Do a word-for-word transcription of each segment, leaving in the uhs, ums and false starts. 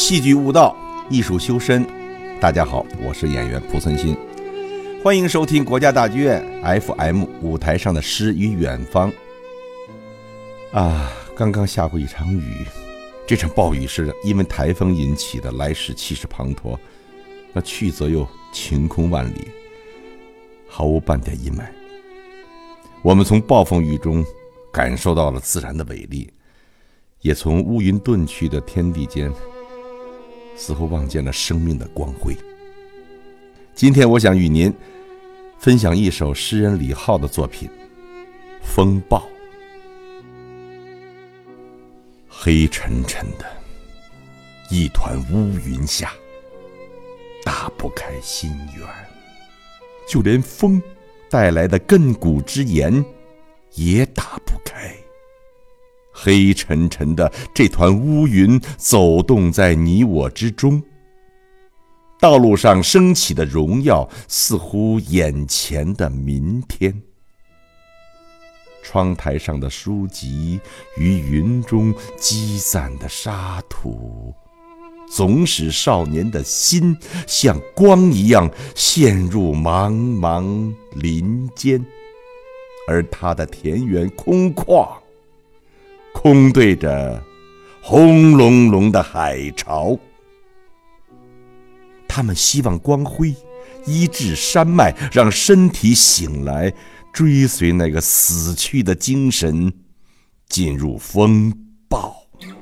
戏剧悟道，艺术修身。大家好，我是演员蒲存昕，欢迎收听国家大剧院 F M 舞台上的诗与远方。啊，刚刚下过一场雨，这场暴雨是因为台风引起的，来时气势磅礴，那去则又晴空万里，毫无半点阴霾。我们从暴风雨中感受到了自然的伟力，也从乌云遁去的天地间似乎望见了生命的光辉。今天我想与您分享一首诗人李浩的作品《风暴》。黑沉沉的一团乌云下，打不开心源，就连风带来的亘古之言也打不开。黑沉沉的这团乌云走动在你我之中，道路上升起的荣耀似乎眼前的明天。窗台上的书籍与云中积攒的沙土，总使少年的心像光一样陷入茫茫林间，而他的田园空旷，空对着轰隆隆的海潮。他们希望光辉医治山脉，让身体醒来，追随那个死去的精神进入风暴。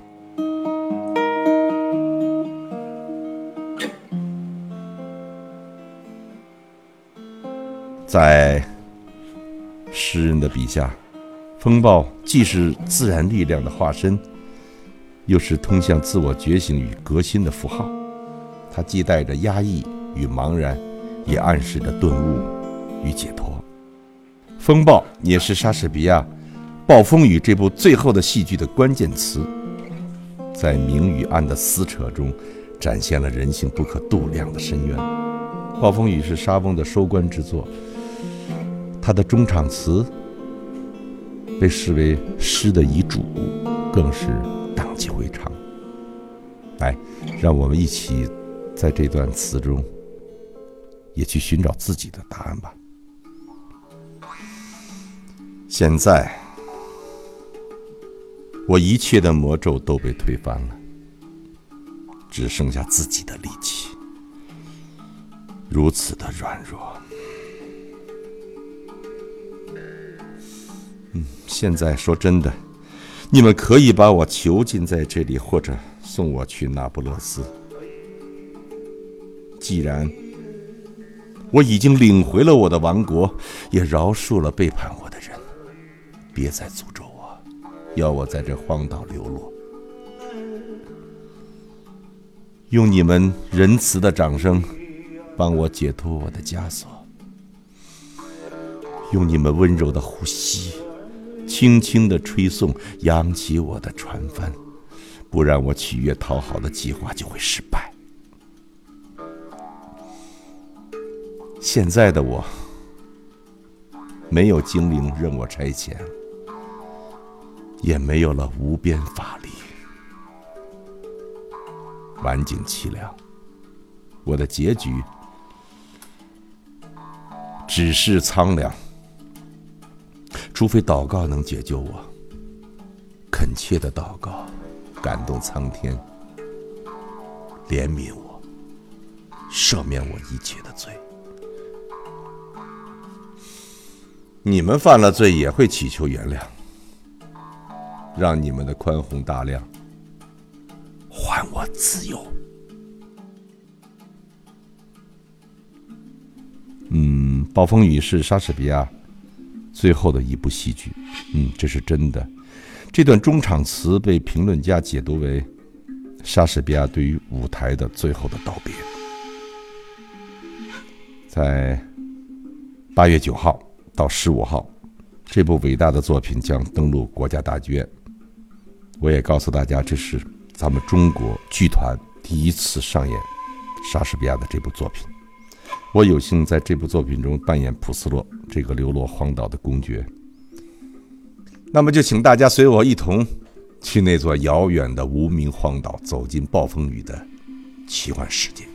在诗人的笔下，风暴既是自然力量的化身，又是通向自我觉醒与革新的符号。它既带着压抑与茫然，也暗示着顿悟与解脱。风暴也是莎士比亚《暴风雨》这部最后的戏剧的关键词，在明与暗的撕扯中展现了人性不可度量的深渊。《暴风雨》是莎翁的收官之作，他的中场词被视为诗的遗嘱，更是荡气回肠。来，让我们一起在这段词中也去寻找自己的答案吧。现在我一切的魔咒都被推翻了，只剩下自己的力气，如此的软弱。嗯，现在说真的，你们可以把我囚禁在这里，或者送我去那不勒斯。既然我已经领回了我的王国，也饶恕了背叛我的人，别再诅咒我，要我在这荒岛流落。用你们仁慈的掌声帮我解脱我的枷锁，用你们温柔的呼吸轻轻地吹送扬起我的船帆，不然我取悦讨好的计划就会失败。现在的我没有精灵任我差遣，也没有了无边法力。晚景凄凉，我的结局只是苍凉。除非祷告能解救我，恳切的祷告感动苍天，怜悯我，赦免我一切的罪。你们犯了罪也会祈求原谅，让你们的宽宏大量还我自由。嗯，《暴风雨》是莎士比亚最后的一部戏剧，嗯，这是真的。这段中场词被评论家解读为莎士比亚对于舞台的最后的道别。在八月九号到十五号，这部伟大的作品将登陆国家大剧院。我也告诉大家，这是咱们中国剧团第一次上演莎士比亚的这部作品。我有幸在这部作品中扮演普斯洛这个流落荒岛的公爵。那么就请大家随我一同去那座遥远的无名荒岛，走进暴风雨的奇幻世界。